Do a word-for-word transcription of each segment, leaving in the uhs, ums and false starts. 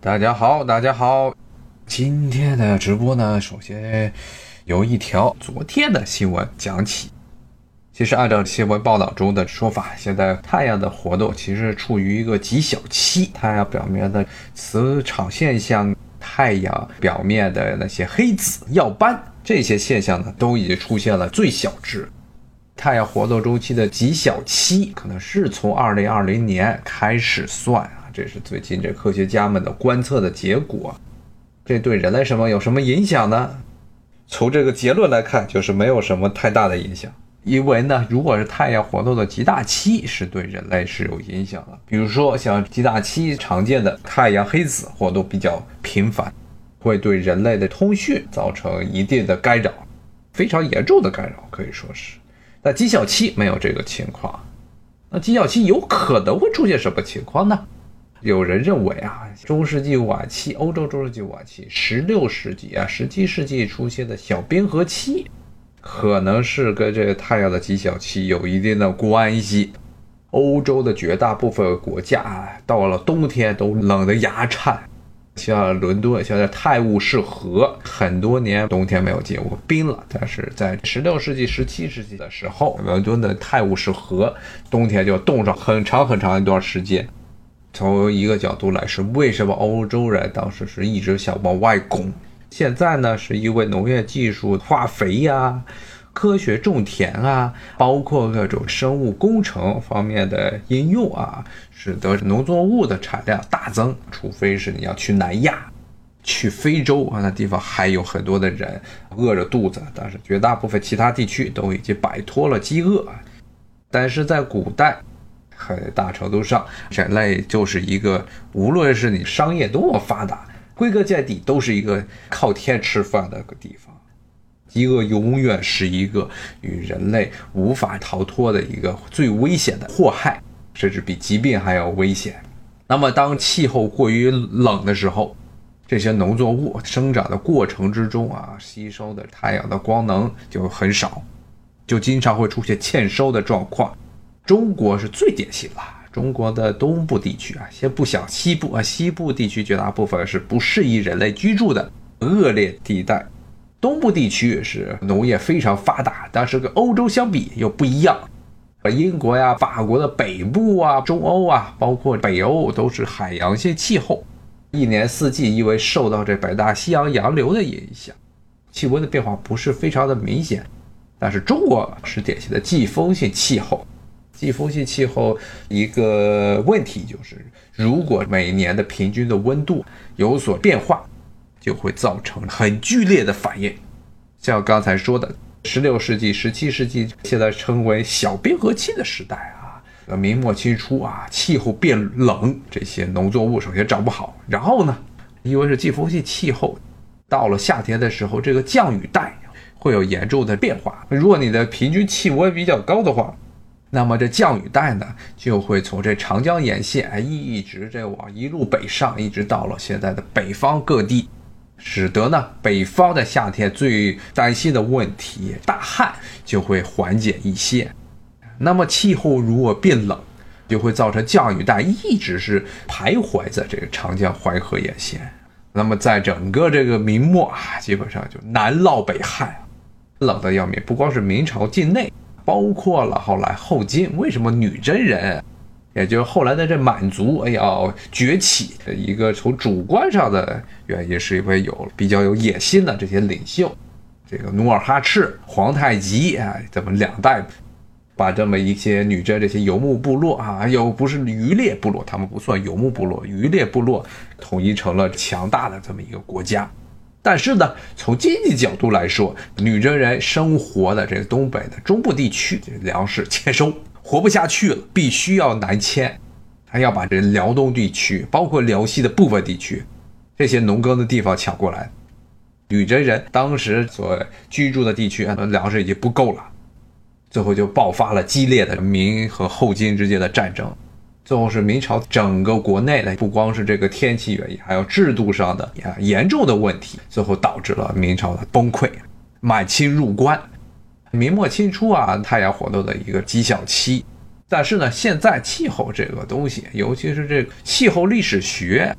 大家好，大家好，今天的直播呢，首先由一条昨天的新闻讲起。其实按照新闻报道中的说法，现在太阳的活动其实处于一个极小期，太阳表面的磁场现象，太阳表面的那些黑子、耀斑，这些现象呢，都已经出现了最小值。太阳活动周期的极小期可能是从二零二零年开始算啊，这是最近这科学家们的观测的结果。这对人类什么有什么影响呢？从这个结论来看，就是没有什么太大的影响。因为呢，如果是太阳活动的极大期是对人类是有影响的，比如说像极大期常见的太阳黑子活动比较频繁，会对人类的通讯造成一定的干扰，非常严重的干扰可以说是。但极小期没有这个情况。那极小期有可能会出现什么情况呢？有人认为啊，中世纪晚期，欧洲中世纪晚期，十六世纪啊，十七世纪出现的小冰河期，可能是跟这个太阳的极小期有一定的关系。欧洲的绝大部分国家啊，到了冬天都冷得牙颤。像伦敦，像在泰晤士河，很多年冬天没有见过冰了。但是在十六世纪、十七世纪的时候，伦敦的泰晤士河冬天就冻上很长很长一段时间。从一个角度来说，为什么欧洲人当时是一直想往外攻？现在呢，是因为农业技术、化肥呀、科学种田啊，包括各种生物工程方面的应用啊，使得农作物的产量大增。除非是你要去南亚、去非洲啊，那地方还有很多的人饿着肚子，但是绝大部分其他地区都已经摆脱了饥饿。但是在古代，很大程度上，人类就是一个，无论是你商业多么发达，归根结底都是一个靠天吃饭的个地方。饥饿永远是一个与人类无法逃脱的一个最危险的祸害，甚至比疾病还要危险。那么当气候过于冷的时候，这些农作物生长的过程之中啊，吸收的太阳的光能就很少，就经常会出现欠收的状况。中国是最典型了，中国的东部地区啊，先不想西部啊，西部地区绝大部分是不适宜人类居住的恶劣地带。东部地区是农业非常发达，但是跟欧洲相比又不一样。英国呀、法国的北部啊、中欧啊，包括北欧都是海洋性气候，一年四季因为受到这北大西洋洋流的影响，气温的变化不是非常的明显。但是中国是典型的季风性气候。季风性气候一个问题就是，如果每年的平均的温度有所变化，就会造成很剧烈的反应。像刚才说的十六世纪、十七世纪，现在称为小冰河期的时代啊，明末清初啊，气候变冷，这些农作物首先长不好，然后呢，因为是季风性气候，到了夏天的时候，这个降雨带会有严重的变化。如果你的平均气温比较高的话，那么这降雨带呢，就会从这长江沿线一直这往一路北上，一直到了现在的北方各地，使得呢北方的夏天最担心的问题大旱就会缓解一些。那么气候如果变冷，就会造成降雨带一直是徘徊在这个长江淮河沿线。那么在整个这个明末啊，基本上就南涝北旱，冷的要命。不光是明朝境内，包括了后来后金，为什么女真人，也就是后来的这满族要崛起，一个从主观上的原因是因为有比较有野心的这些领袖，这个努尔哈赤、皇太极啊，这么两代把这么一些女真这些游牧部落啊，又不是渔猎部落，他们不算游牧部落，渔猎部落统一成了强大的这么一个国家。但是呢，从经济角度来说，女真人生活的这个东北的中部地区，这粮食欠收，活不下去了，必须要南迁。他要把这辽东地区，包括辽西的部分地区，这些农耕的地方抢过来。女真人当时所居住的地区，粮食已经不够了，最后就爆发了激烈的明和后金之间的战争。最后是明朝整个国内的，不光是这个天气原因，还有制度上的严重的问题，最后导致了明朝的崩溃，满清入关。明末清初啊，太阳活动的一个极小期。但是呢，现在气候这个东西，尤其是这个气候历史学，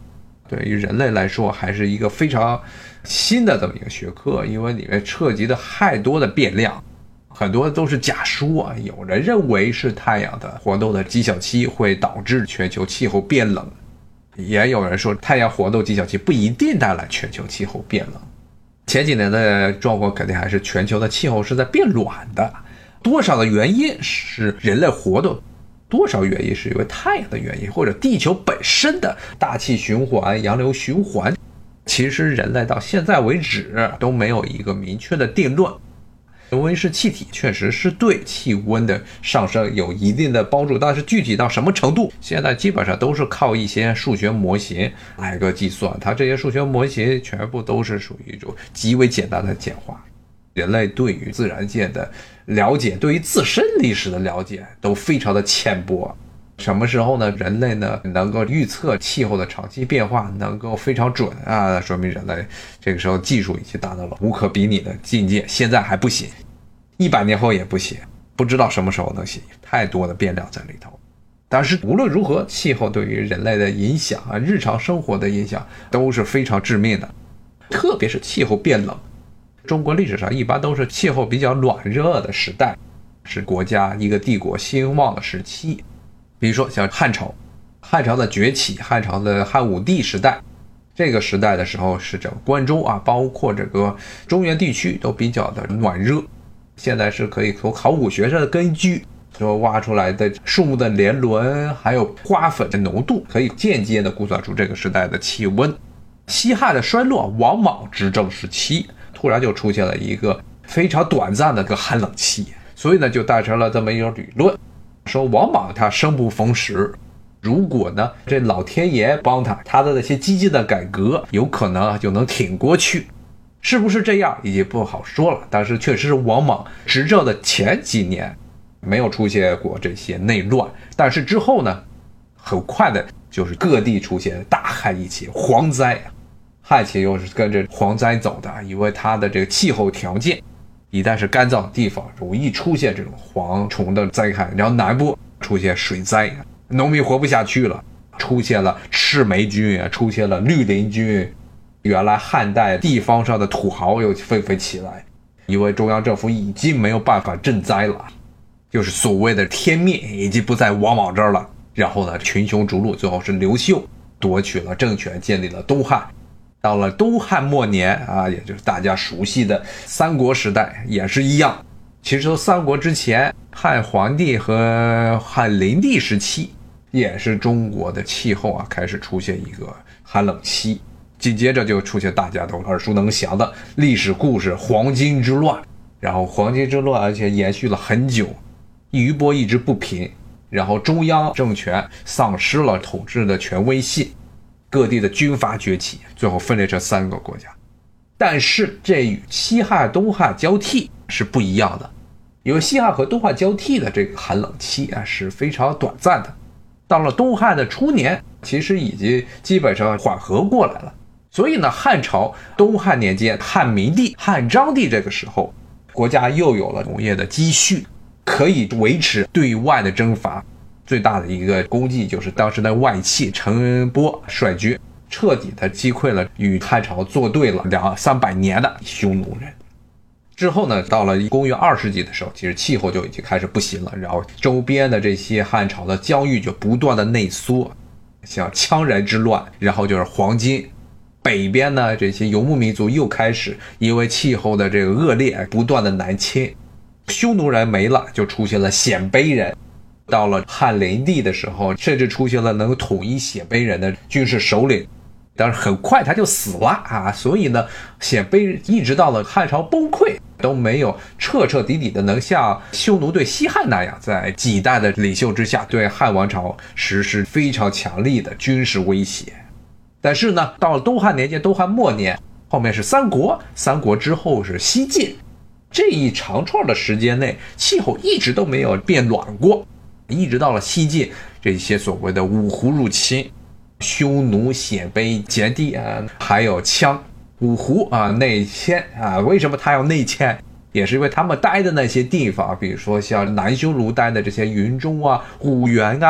对于人类来说还是一个非常新的这么一个学科，因为里面涉及的太多的变量，很多都是假说啊。有人认为是太阳的活动的极小期会导致全球气候变冷，也有人说太阳活动极小期不一定带来全球气候变冷。前几年的状况肯定还是全球的气候是在变暖的，多少的原因是人类活动，多少原因是因为太阳的原因，或者地球本身的大气循环、洋流循环。其实人类到现在为止都没有一个明确的定论。温室气体确实是对气温的上升有一定的帮助，但是具体到什么程度，现在基本上都是靠一些数学模型来个计算。它这些数学模型全部都是属于一种极为简单的简化。人类对于自然界的了解，对于自身历史的了解都非常的浅薄。什么时候呢？人类呢能够预测气候的长期变化，能够非常准啊，说明人类这个时候技术已经达到了无可比拟的境界。现在还不行，一百年后也不行，不知道什么时候能行，太多的变量在里头。但是无论如何，气候对于人类的影响啊，日常生活的影响都是非常致命的，特别是气候变冷。中国历史上一般都是气候比较暖热的时代，是国家一个帝国兴旺的时期。比如说像汉朝，汉朝的崛起，汉朝的汉武帝时代，这个时代的时候是整个关中啊，包括这个中原地区都比较的暖热。现在是可以从考古学上的根据，说挖出来的树木的年轮，还有花粉的浓度，可以间接的估算出这个时代的气温。西汉的衰落，王莽执政时期，突然就出现了一个非常短暂的一个寒冷期，所以呢就诞生了这么一种理论，说王莽他生不逢时，如果呢这老天爷帮他，他的那些激进的改革有可能就能挺过去。是不是这样已经不好说了，但是确实是王莽执政的前几年没有出现过这些内乱，但是之后呢很快的就是各地出现大旱疫情、蝗灾。旱情又是跟着蝗灾走的，因为它的这个气候条件一旦是干燥的地方容易出现这种蝗虫的灾害，然后南部出现水灾，农民活不下去了，出现了赤眉军，出现了绿林军。原来汉代地方上的土豪又纷纷起来，因为中央政府已经没有办法赈灾了，就是所谓的天灭已经不在王莽这儿了。然后呢群雄逐鹿，最后是刘秀夺取了政权，建立了东汉。到了东汉末年啊，也就是大家熟悉的三国时代也是一样。其实三国之前，汉桓帝和汉灵帝时期也是中国的气候啊开始出现一个寒冷期，紧接着就出现大家都耳熟能详的历史故事黄巾之乱。然后黄巾之乱而且延续了很久，余波一直不平，然后中央政权丧失了统治的权威性，各地的军阀崛起，最后分裂成三个国家。但是这与西汉东汉交替是不一样的，因为西汉和东汉交替的这个寒冷期啊是非常短暂的，到了东汉的初年其实已经基本上缓和过来了。所以呢汉朝东汉年间，汉明帝、汉章帝这个时候，国家又有了农业的积蓄，可以维持对外的征伐。最大的一个功绩就是当时的外戚陈恩波率军彻底的击溃了与汉朝作对了两三百年的匈奴人。之后呢，到了公元二世纪的时候，其实气候就已经开始不行了，然后周边的这些汉朝的疆域就不断的内缩，像羌人之乱，然后就是黄巾。北边呢，这些游牧民族又开始因为气候的这个恶劣不断的南迁，匈奴人没了，就出现了鲜卑人。到了汉灵帝的时候，甚至出现了能统一鲜卑人的军事首领，但是很快他就死了啊！所以呢，鲜卑一直到了汉朝崩溃都没有彻彻底底的能像匈奴对西汉那样，在几代的领袖之下对汉王朝实施非常强力的军事威胁。但是呢，到了东汉年间，东汉末年，后面是三国，三国之后是西晋，这一长串的时间内，气候一直都没有变暖过。一直到了西晋，这些所谓的五胡入侵，匈奴、鲜卑、鞑氐啊，还有羌。五胡啊内迁啊，为什么他要内迁？也是因为他们待的那些地方，比如说像南匈奴待的这些云中啊、五原啊，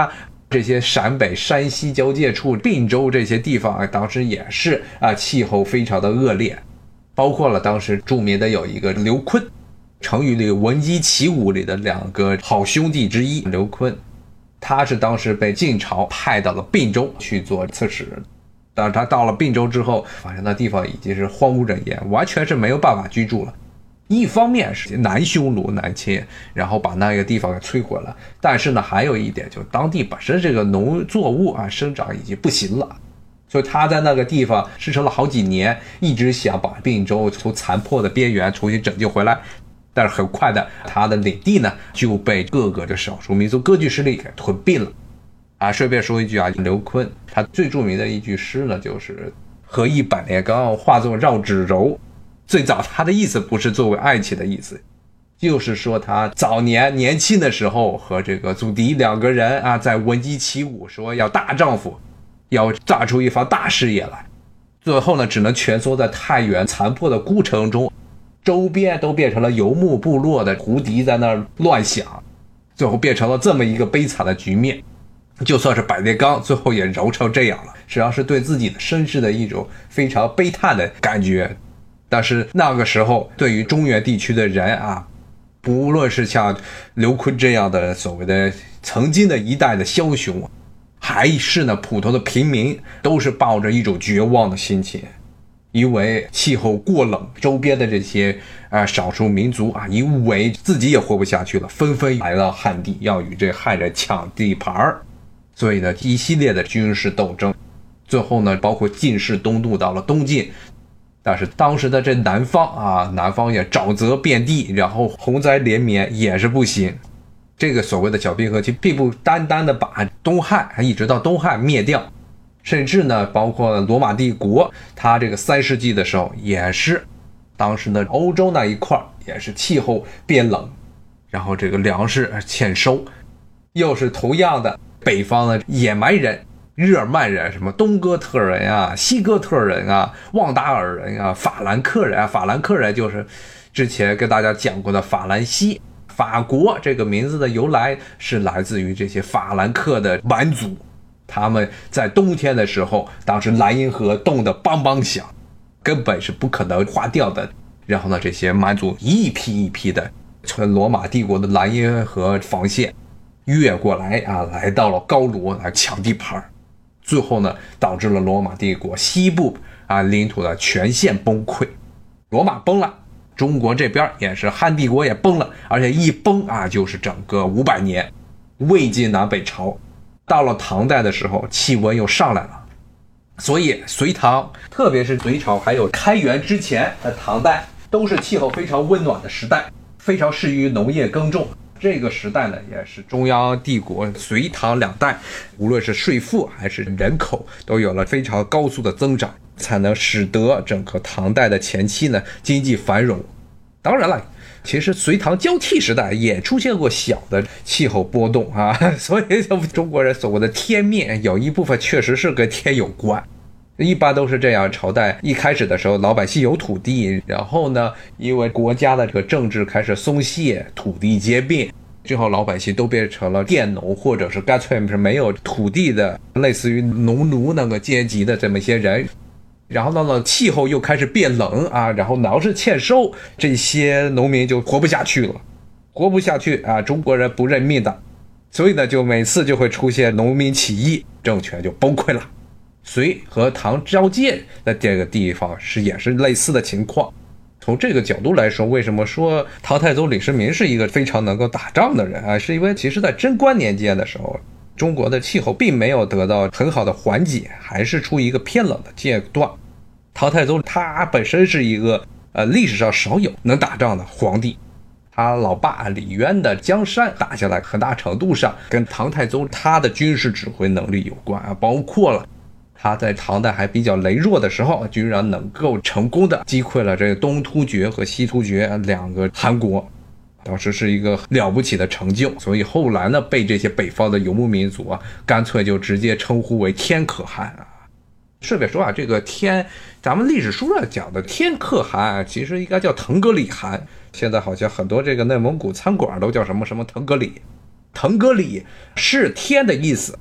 这些陕北、山西交界处、并州这些地方啊，当时也是啊气候非常的恶劣，包括了当时著名的有一个刘琨，成语里闻鸡起舞里的两个好兄弟之一刘琨，他是当时被晋朝派到了并州去做刺史。但是他到了并州之后，发现那地方已经是荒无人烟，完全是没有办法居住了。一方面是南匈奴南侵，然后把那个地方给摧毁了，但是呢，还有一点就是当地本身这个农作物啊生长已经不行了，所以他在那个地方支撑了好几年，一直想把并州从残破的边缘重新拯救回来。但是很快的，他的领地呢就被各个的少数民族割据势力给吞并了。啊，顺便说一句啊，刘琨他最著名的一句诗呢，就是何以百炼钢，化作绕指柔。最早他的意思不是作为爱情的意思，就是说他早年年轻的时候和这个祖迪两个人啊在闻鸡起舞，说要大丈夫，要炸出一番大事业来，最后呢只能蜷缩在太原残破的孤城中，周边都变成了游牧部落的胡敌在那儿乱想，最后变成了这么一个悲惨的局面。就算是百炼钢最后也揉成这样了，实际上是对自己的身世的一种非常悲叹的感觉。但是那个时候对于中原地区的人啊，不论是像刘琨这样的所谓的曾经的一代的枭雄，还是呢普通的平民，都是抱着一种绝望的心情，因为气候过冷，周边的这些呃少数民族啊，因为自己也活不下去了，纷纷来到汉地，要与这汉人抢地盘，所以呢一系列的军事斗争，最后呢包括进士东渡到了东晋。但是当时的这南方啊，南方也沼泽遍地，然后洪灾连绵也是不行。这个所谓的小冰河期并不单单的把东汉一直到东汉灭掉，甚至呢包括罗马帝国，它这个三世纪的时候也是，当时的欧洲那一块也是气候变冷，然后这个粮食欠收，又是同样的北方的野蛮人。日耳曼人，什么东哥特人啊、西哥特人啊、旺达尔人啊、法兰克人啊，法兰克人就是之前跟大家讲过的法兰西。法国这个名字的由来是来自于这些法兰克的蛮族，他们在冬天的时候，当时莱茵河冻得梆梆响，根本是不可能化掉的。然后呢，这些蛮族一批一批的从罗马帝国的莱茵河防线越过来啊，来到了高卢来抢地盘。最后呢，导致了罗马帝国西部啊领土的全线崩溃。罗马崩了，中国这边也是汉帝国也崩了，而且一崩啊就是整个五百年，魏晋南北朝。到了唐代的时候，气温又上来了，所以隋唐，特别是隋朝还有开元之前的唐代，都是气候非常温暖的时代，非常适于农业耕种。这个时代呢，也是中央帝国隋唐两代，无论是税赋还是人口，都有了非常高速的增长，才能使得整个唐代的前期呢经济繁荣。当然了，其实隋唐交替时代也出现过小的气候波动啊，所以中国人所谓的天命，有一部分确实是跟天有关。一般都是这样，朝代一开始的时候老百姓有土地，然后呢因为国家的这个政治开始松懈，土地兼并，最后老百姓都变成了佃农，或者是干脆是没有土地的，类似于农奴那个阶级的这么一些人。然后呢气候又开始变冷啊，然后粮食欠收，这些农民就活不下去了，活不下去啊，中国人不认命的，所以呢就每次就会出现农民起义，政权就崩溃了。隋和唐交界的这个地方是也是类似的情况。从这个角度来说，为什么说唐太宗李世民是一个非常能够打仗的人啊？是因为其实在贞观年间的时候，中国的气候并没有得到很好的缓解，还是处于一个偏冷的阶段。唐太宗他本身是一个呃历史上少有能打仗的皇帝，他老爸李渊的江山打下来，很大程度上跟唐太宗他的军事指挥能力有关啊，包括了他在唐代还比较羸弱的时候，居然能够成功的击溃了这个东突厥和西突厥两个汗国，当时是一个了不起的成就。所以后来呢，被这些北方的游牧民族啊，干脆就直接称呼为天可汗啊。顺便说啊，这个天，咱们历史书上讲的天可汗，其实应该叫腾格里汗。现在好像很多这个内蒙古餐馆都叫什么什么腾格里，腾格里是天的意思。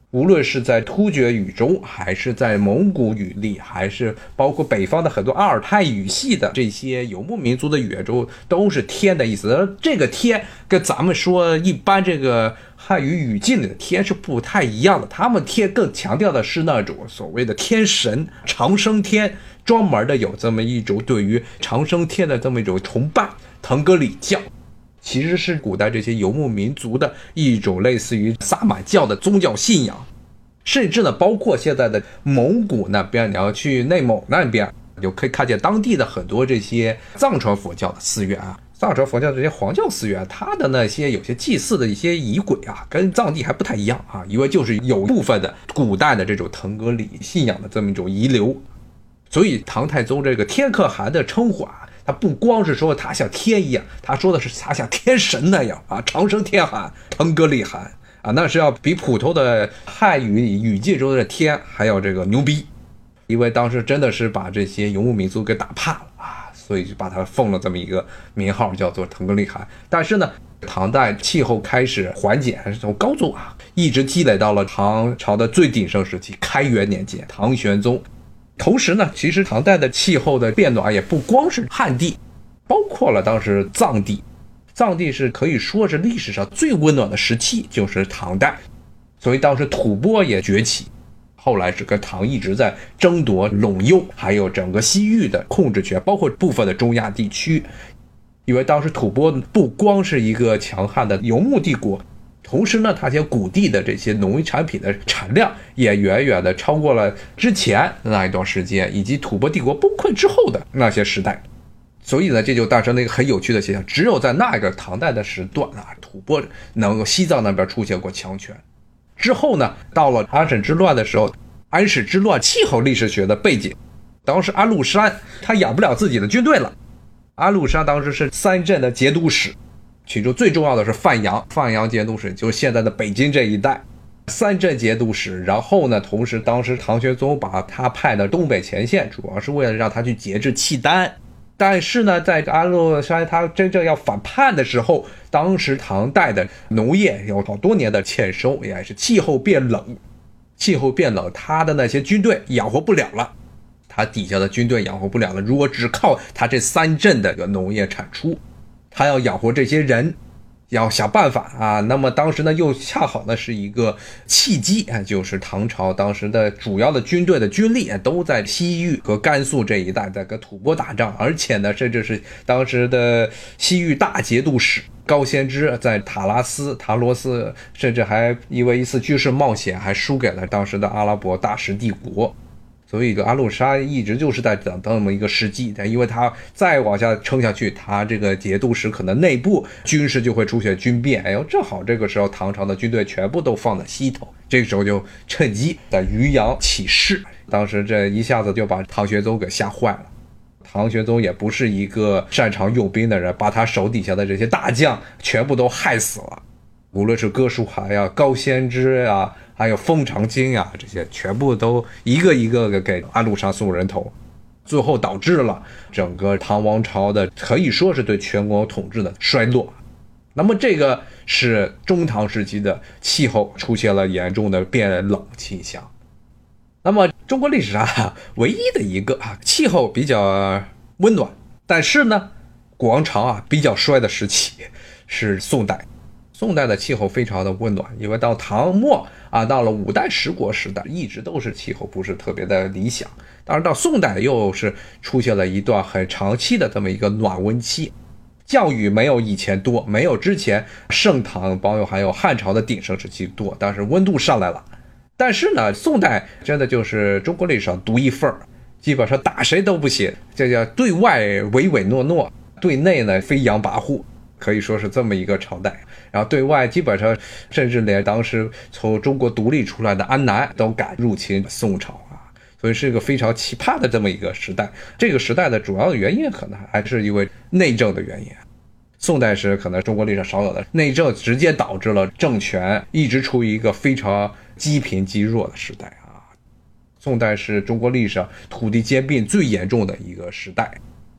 无论是在突厥语中，还是在蒙古语里，还是包括北方的很多阿尔泰语系的这些游牧民族的语言中，都是天的意思。而这个天跟咱们说一般这个汉语语境里的天是不太一样的，他们天更强调的是那种所谓的天神长生天，专门的有这么一种对于长生天的这么一种崇拜，腾格里教。其实是古代这些游牧民族的一种类似于萨满教的宗教信仰，甚至呢，包括现在的蒙古那边，你要去内蒙那边，就可以看见当地的很多这些藏传佛教的寺院啊，藏传佛教这些黄教寺院，它的那些有些祭祀的一些仪轨啊，跟藏地还不太一样啊，因为就是有部分的古代的这种腾格里信仰的这么一种遗留，所以唐太宗这个天可汗的称呼啊。他不光是说他像天一样，他说的是他像天神那样啊，长生天汗、腾格里汗啊，那是要比普通的汉语语境中的天还要这个牛逼，因为当时真的是把这些游牧民族给打怕了啊，所以就把他奉了这么一个名号，叫做腾格里汗。但是呢，唐代气候开始缓解，还是从高宗啊，一直积累到了唐朝的最鼎盛时期，开元年间，唐玄宗。同时呢，其实唐代的气候的变暖也不光是汉地，包括了当时藏地。藏地是可以说是历史上最温暖的时期，就是唐代。所以当时吐蕃也崛起，后来是跟唐一直在争夺陇右还有整个西域的控制权，包括部分的中亚地区。因为当时吐蕃不光是一个强悍的游牧帝国，同时呢，它些谷地的这些农产品的产量也远远的超过了之前那一段时间，以及吐蕃帝国崩溃之后的那些时代。所以呢，这就诞生了一个很有趣的现象，只有在那个唐代的时段啊，吐蕃能够西藏那边出现过强权。之后呢，到了安史之乱的时候，安史之乱气候历史学的背景，当时安禄山他养不了自己的军队了，安禄山当时是三镇的节度使。其中最重要的是范阳，范阳节度使就是现在的北京这一带，三镇节度使。然后呢，同时当时唐玄宗把他派到东北前线，主要是为了让他去节制契丹。但是呢，在安禄山他真正要反叛的时候，当时唐代的农业有好多年的欠收，也是气候变冷，气候变冷，他的那些军队养活不了了，他底下的军队养活不了了。如果只靠他这三镇的农业产出，他要养活这些人，要想办法啊。那么当时呢，又恰好呢是一个契机啊，就是唐朝当时的主要的军队的军力都在西域和甘肃这一带在跟吐蕃打仗，而且呢，甚至是当时的西域大节度使高仙芝在塔拉斯、塔罗斯，甚至还因为一次军事冒险还输给了当时的阿拉伯大食帝国。所以安禄山一直就是在等这么一个时机，但因为他再往下撑下去，他这个节度使可能内部军事就会出现军变，哎呦，正好这个时候唐朝的军队全部都放在西头，这个时候就趁机在渔阳起事，当时这一下子就把唐玄宗给吓坏了。唐玄宗也不是一个擅长用兵的人，把他手底下的这些大将全部都害死了，无论是哥舒翰呀、高仙芝呀，还有封长经呀，这些全部都一个一个给安禄山送人头，最后导致了整个唐王朝的可以说是对全国统治的衰落。那么这个是中唐时期的气候出现了严重的变冷倾向。那么中国历史上唯一的一个气候比较温暖，但是呢王朝啊比较衰的时期是宋代。宋代的气候非常的温暖，因为到唐末啊，到了五代十国时代，一直都是气候不是特别的理想。当然到宋代又是出现了一段很长期的这么一个暖温期，降雨没有以前多，没有之前盛唐包括还有汉朝的鼎盛时期多，但是温度上来了。但是呢，宋代真的就是中国历史上独一份儿，基本上打谁都不行，这叫对外唯唯诺诺，对内呢飞扬跋扈，可以说是这么一个朝代。然后对外基本上甚至连当时从中国独立出来的安南都敢入侵宋朝啊，所以是一个非常奇葩的这么一个时代。这个时代的主要的原因可能还是因为内政的原因。宋代是可能中国历史上少有的内政直接导致了政权一直处于一个非常积贫积弱的时代啊。宋代是中国历史上土地兼并最严重的一个时代。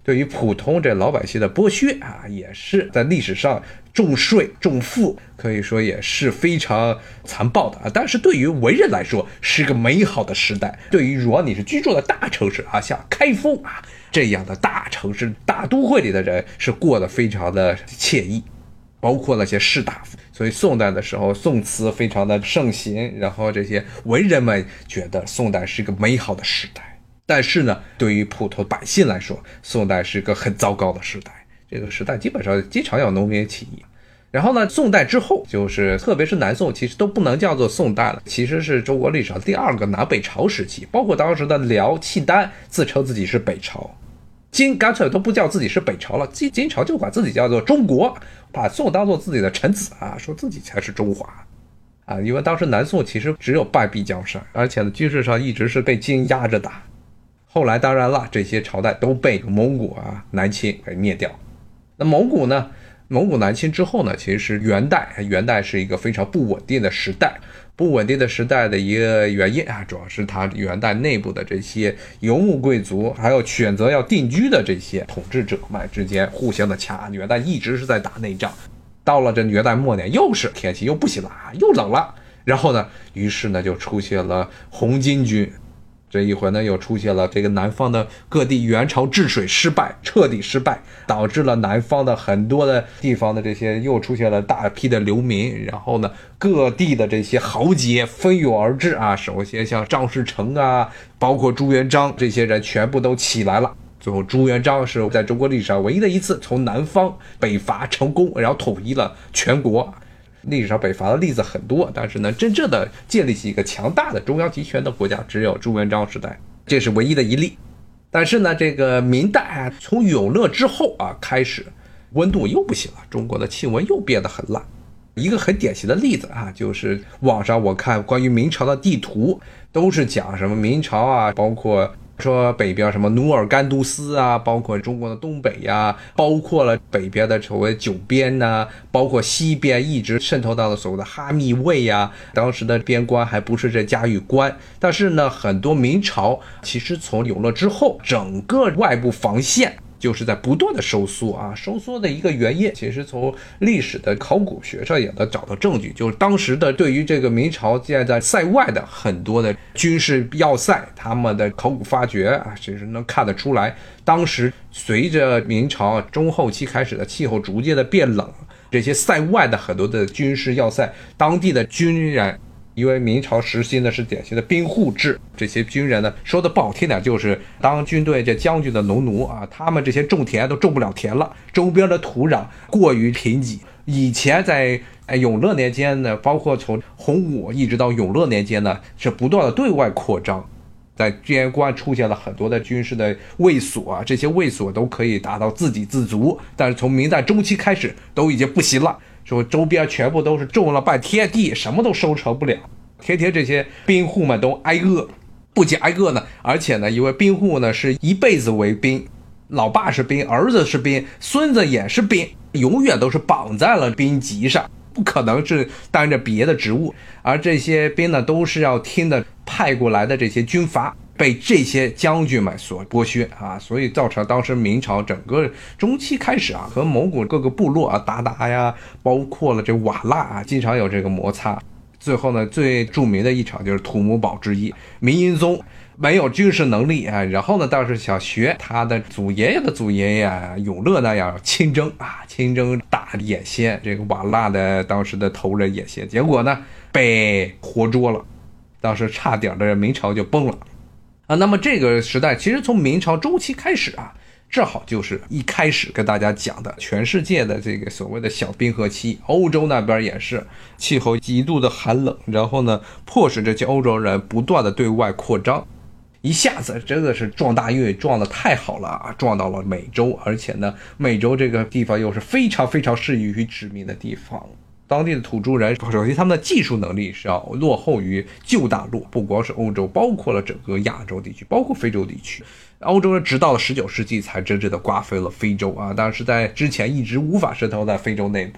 对于普通这老百姓的剥削啊，也是在历史上重税重赋，可以说也是非常残暴的啊。但是对于文人来说是个美好的时代，对于如果你是居住的大城市啊，像开封啊这样的大城市大都会里的人是过得非常的惬意，包括那些士大夫。所以宋代的时候宋词非常的盛行，然后这些文人们觉得宋代是个美好的时代。但是呢，对于普通百姓来说，宋代是个很糟糕的时代。这个时代基本上经常有农民起义。然后呢，宋代之后，就是特别是南宋，其实都不能叫做宋代了，其实是中国历史上第二个南北朝时期。包括当时的辽、契丹自称自己是北朝，金干脆都不叫自己是北朝了，金金朝就管自己叫做中国，把宋当做自己的臣子啊，说自己才是中华。啊，因为当时南宋其实只有半壁江山，而且呢军事上一直是被金压着打。后来当然了，这些朝代都被蒙古啊南侵给灭掉。那蒙古呢，蒙古南侵之后呢，其实元代元代是一个非常不稳定的时代。不稳定的时代的一个原因啊，主要是它元代内部的这些游牧贵族，还有选择要定居的这些统治者们之间互相的掐。元代一直是在打内仗，到了这元代末年，又是天气又不行了，又冷了，然后呢，于是呢就出现了红巾军。这一回呢，又出现了这个南方的各地元朝治水失败，彻底失败，导致了南方的很多的地方的这些又出现了大批的流民，然后呢，各地的这些豪杰蜂拥而至啊。首先像张士诚啊，包括朱元璋这些人全部都起来了。最后朱元璋是在中国历史上唯一的一次从南方北伐成功，然后统一了全国。历史上北伐的例子很多，但是呢，真正的建立起一个强大的中央集权的国家，只有朱元璋时代，这是唯一的一例。但是呢，这个明代啊，从永乐之后啊开始，温度又不行了，中国的气温又变得很烂。一个很典型的例子啊，就是网上我看关于明朝的地图，都是讲什么明朝啊，包括说北边什么努尔干都斯啊，包括中国的东北呀、啊，包括了北边的所谓九边呐、啊，包括西边一直渗透到了所谓的哈密卫呀、啊。当时的边关还不是这嘉峪关，但是呢，很多明朝其实从永乐之后，整个外部防线就是在不断的收缩啊，收缩的一个原因，其实从历史的考古学上也能找到证据，就是当时的对于这个明朝建在塞外的很多的军事要塞，他们的考古发掘啊，其实能看得出来，当时随着明朝中后期开始的气候逐渐的变冷，这些塞外的很多的军事要塞，当地的军人。因为明朝实行的是典型的兵户制，这些军人呢，说的不好听点，就是当军队这将军的农奴啊，他们这些种田都种不了田了，周边的土壤过于贫瘠。以前在永乐年间呢，包括从洪武一直到永乐年间呢，是不断的对外扩张，在边关出现了很多的军事的卫所啊，这些卫所都可以达到自给自足，但是从明代中期开始都已经不行了。说周边全部都是种了半天地，什么都收成不了，天天这些兵户们都挨饿。不仅挨饿呢，而且呢，因为兵户呢是一辈子为兵，老爸是兵，儿子是兵，孙子也是兵，永远都是绑在了兵籍上，不可能是担着别的职务。而这些兵呢，都是要听的派过来的这些军阀，被这些将军们所剥削啊，所以造成当时明朝整个中期开始啊，和蒙古各个部落啊打打呀，包括了这瓦剌啊，经常有这个摩擦。最后呢，最著名的一场就是土木堡之役，明英宗没有军事能力啊，然后呢，倒是想学他的祖爷爷的祖爷爷啊，永乐那样亲征啊，亲征打眼线，这个瓦剌的当时的头人眼线，结果呢被活捉了，当时差点的明朝就崩了。啊，那么这个时代其实从明朝中期开始啊，正好就是一开始跟大家讲的全世界的这个所谓的小冰河期，欧洲那边也是气候极度的寒冷，然后呢，迫使这些欧洲人不断的对外扩张，一下子真的是撞大运撞得太好了啊，撞到了美洲，而且呢，美洲这个地方又是非常非常适宜于殖民的地方。当地的土著人首先他们的技术能力是要落后于旧大陆，不光是欧洲，包括了整个亚洲地区，包括非洲地区。欧洲人直到了十九世纪才真正的瓜分了非洲啊，但是在之前一直无法渗透在非洲内部。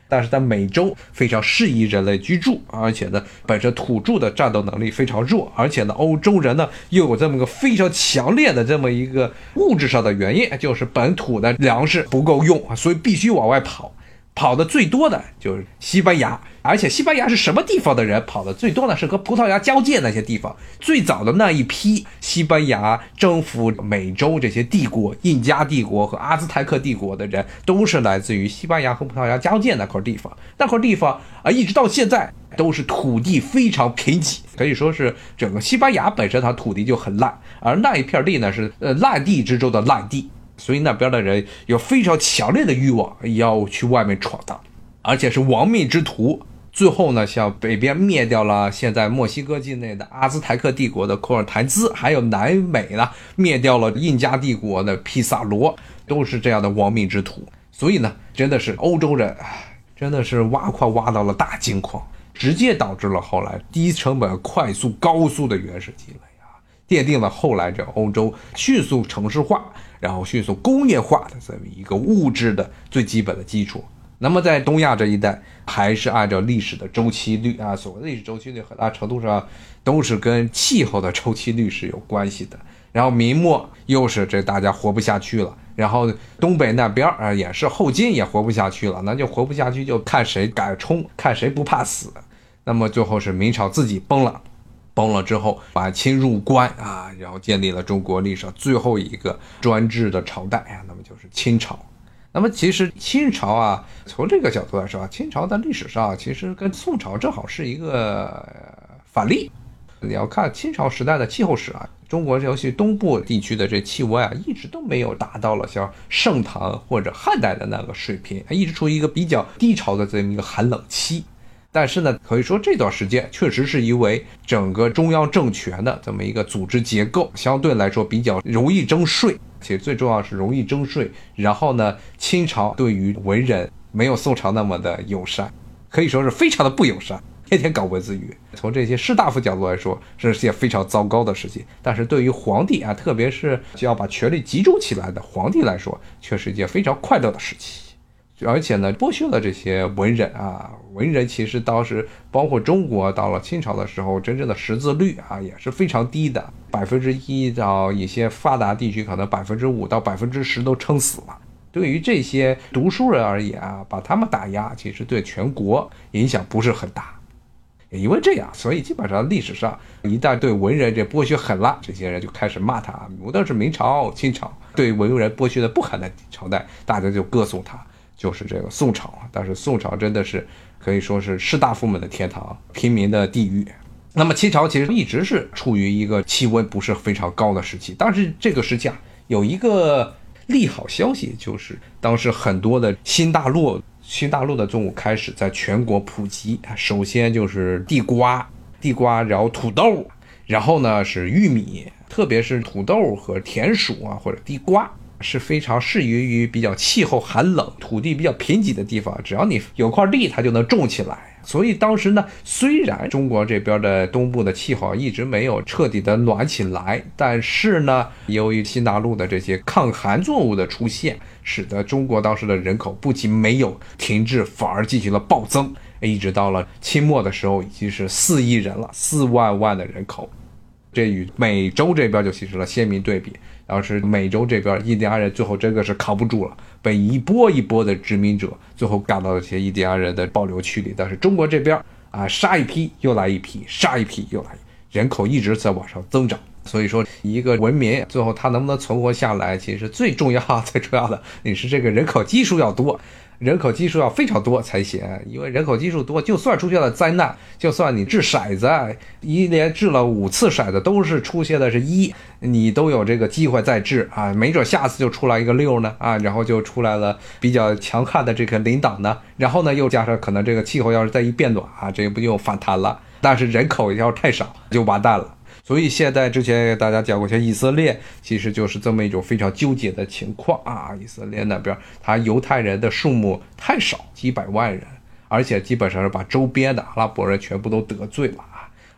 但是在美洲非常适宜人类居住，而且呢，本身土著的战斗能力非常弱，而且呢，欧洲人呢又有这么个非常强烈的这么一个物质上的原因，就是本土的粮食不够用，所以必须往外跑。跑的最多的就是西班牙，而且西班牙是什么地方的人跑的最多呢？是和葡萄牙交界那些地方。最早的那一批西班牙征服美洲这些帝国，印加帝国和阿兹泰克帝国的人，都是来自于西班牙和葡萄牙交界那块地方。那块地方啊，一直到现在都是土地非常贫瘠，可以说是整个西班牙本身它土地就很烂，而那一片地呢是呃烂地之中的烂地。所以那边的人有非常强烈的欲望要去外面闯荡，而且是亡命之徒。最后呢，像北边灭掉了现在墨西哥境内的阿兹台克帝国的库尔台兹，还有南美呢灭掉了印加帝国的皮萨罗，都是这样的亡命之徒。所以呢，真的是欧洲人真的是挖矿挖到了大金矿，直接导致了后来低成本快速高速的原始积累啊，奠定了后来这欧洲迅速城市化然后迅速工业化的这么一个物质的最基本的基础。那么在东亚这一带，还是按照历史的周期率啊，所谓的历史周期率很大程度上都是跟气候的周期率是有关系的。然后明末又是这大家活不下去了，然后东北那边啊也是后金也活不下去了，那就活不下去就看谁敢冲，看谁不怕死。那么最后是明朝自己崩了。崩了之后，把清入关啊，然后建立了中国历史上最后一个专制的朝代啊，那么就是清朝。那么其实清朝啊，从这个角度来说啊，清朝在历史上其实跟宋朝正好是一个反例。你要看清朝时代的气候史啊，中国尤其东部地区的这气温啊，一直都没有达到了像盛唐或者汉代的那个水平，一直处于一个比较低潮的这么一个寒冷期。但是呢，可以说这段时间确实是因为整个中央政权的这么一个组织结构相对来说比较容易征税，且最重要是容易征税。然后呢，清朝对于文人没有宋朝那么的友善，可以说是非常的不友善，天天搞文字狱。从这些士大夫角度来说，这是件非常糟糕的事情。但是对于皇帝啊，特别是就要把权力集中起来的皇帝来说，却是一件非常快乐的事情。而且呢，剥削了这些文人啊，文人其实当时包括中国到了清朝的时候，真正的识字率啊也是非常低的，百分之一到一些发达地区可能百分之五到百分之十都撑死了。对于这些读书人而言啊，把他们打压，其实对全国影响不是很大。也因为这样，所以基本上历史上一旦对文人这剥削狠了，这些人就开始骂他。无论是明朝、清朝，对文人剥削的不狠的朝代，大家就歌颂他。就是这个宋朝，但是宋朝真的是可以说是士大夫们的天堂，平民的地狱。那么清朝其实一直是处于一个气温不是非常高的时期，但是这个时期啊，有一个利好消息，就是当时很多的新大陆新大陆的作物开始在全国普及。首先就是地瓜地瓜然后土豆，然后呢是玉米，特别是土豆和田鼠啊或者地瓜是非常适宜于比较气候寒冷、土地比较贫瘠的地方，只要你有块地，它就能种起来。所以当时呢，虽然中国这边的东部的气候一直没有彻底的暖起来，但是呢，由于新大陆的这些抗寒作物的出现，使得中国当时的人口不仅没有停滞，反而进行了暴增，一直到了清末的时候，已经是四亿人了，四万万的人口。这与美洲这边就形成了鲜明对比。当时美洲这边印第安人最后真的是扛不住了，被一波一波的殖民者最后赶到这些印第安人的保留区里。但是中国这边啊，杀一批又来一批，杀一批又来一批，人口一直在往上增长。所以说一个文明最后它能不能存活下来，其实最重要最重要的你是这个人口基数要多，人口基数要非常多才行。因为人口基数多，就算出现了灾难，就算你掷骰子一连掷了五次骰子都是出现的是一，你都有这个机会再掷啊，没准下次就出来一个六呢啊，然后就出来了比较强悍的这个领导呢，然后呢又加上可能这个气候要是再一变暖啊，这不就反弹了。但是人口要是太少就完蛋了。所以现在之前给大家讲过，像以色列其实就是这么一种非常纠结的情况啊。以色列那边他犹太人的数目太少，几百万人，而且基本上是把周边的阿拉伯人全部都得罪了啊。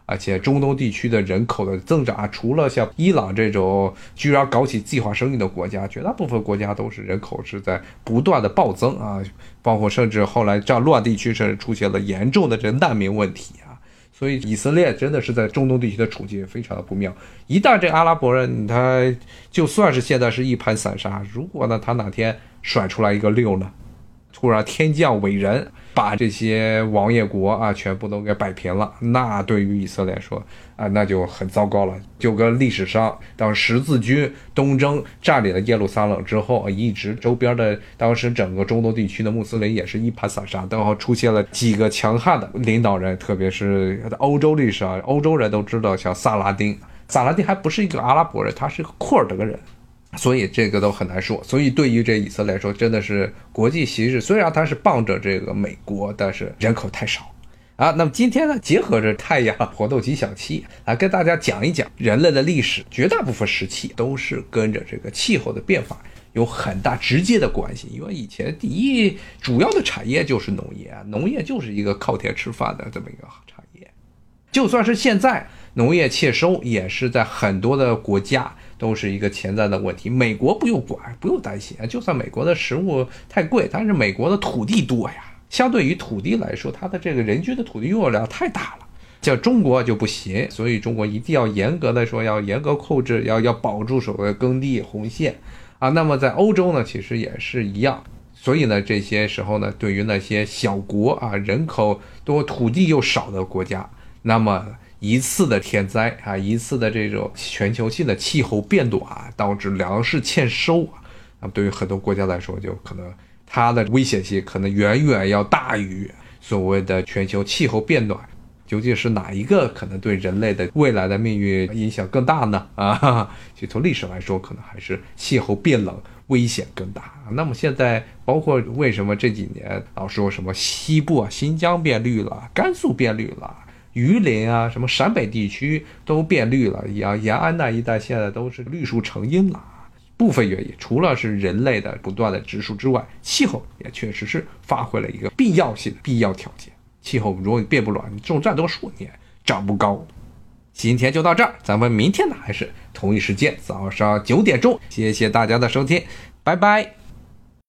而且中东地区的人口的增长，除了像伊朗这种居然搞起计划生育的国家，绝大部分国家都是人口是在不断的暴增啊，包括甚至后来战乱地区甚至出现了严重的这难民问题啊。所以以色列真的是在中东地区的处境非常的不妙。一旦这阿拉伯人他就算是现在是一盘散沙，如果呢他哪天甩出来一个六呢，突然天降伟人把这些王爷国啊全部都给摆平了，那对于以色列说啊那就很糟糕了。就跟历史上当十字军东征占领了耶路撒冷之后，一直周边的当时整个中东地区的穆斯林也是一盘散沙，然后出现了几个强悍的领导人，特别是欧洲历史上欧洲人都知道，像萨拉丁，萨拉丁还不是一个阿拉伯人，他是个库尔德人，所以这个都很难说。所以对于这以色列来说，真的是国际形势，虽然它是傍着这个美国，但是人口太少啊。那么今天呢，结合着太阳活动吉祥期来跟大家讲一讲人类的历史，绝大部分时期都是跟着这个气候的变化有很大直接的关系。因为以前第一主要的产业就是农业啊，农业就是一个靠天吃饭的这么一个产业。就算是现在农业欠收，也是在很多的国家都是一个潜在的问题。美国不用管，不用担心，就算美国的食物太贵，但是美国的土地多呀，相对于土地来说，它的这个人均的土地拥有量太大了。像中国就不行，所以中国一定要严格的说，要严格控制，要要保住所谓的耕地红线啊。那么在欧洲呢，其实也是一样。所以呢，这些时候呢，对于那些小国啊，人口多、土地又少的国家，那么一次的天灾啊，一次的这种全球性的气候变暖，导致粮食欠收啊，那么对于很多国家来说，就可能它的危险性可能远远要大于所谓的全球气候变暖。究竟是哪一个可能对人类的未来的命运影响更大呢？啊，就从历史来说，可能还是气候变冷危险更大。那么现在包括为什么这几年老说什么西部啊，新疆变绿了，甘肃变绿了，榆林啊，什么陕北地区都变绿了，延延安那一带现在都是绿树成荫了。部分原因除了是人类的不断的植树之外，气候也确实是发挥了一个必要性的必要条件。气候如果变不暖，你种再多树你也长不高。今天就到这儿，咱们明天呢还是同一时间早上九点钟，谢谢大家的收听，拜拜。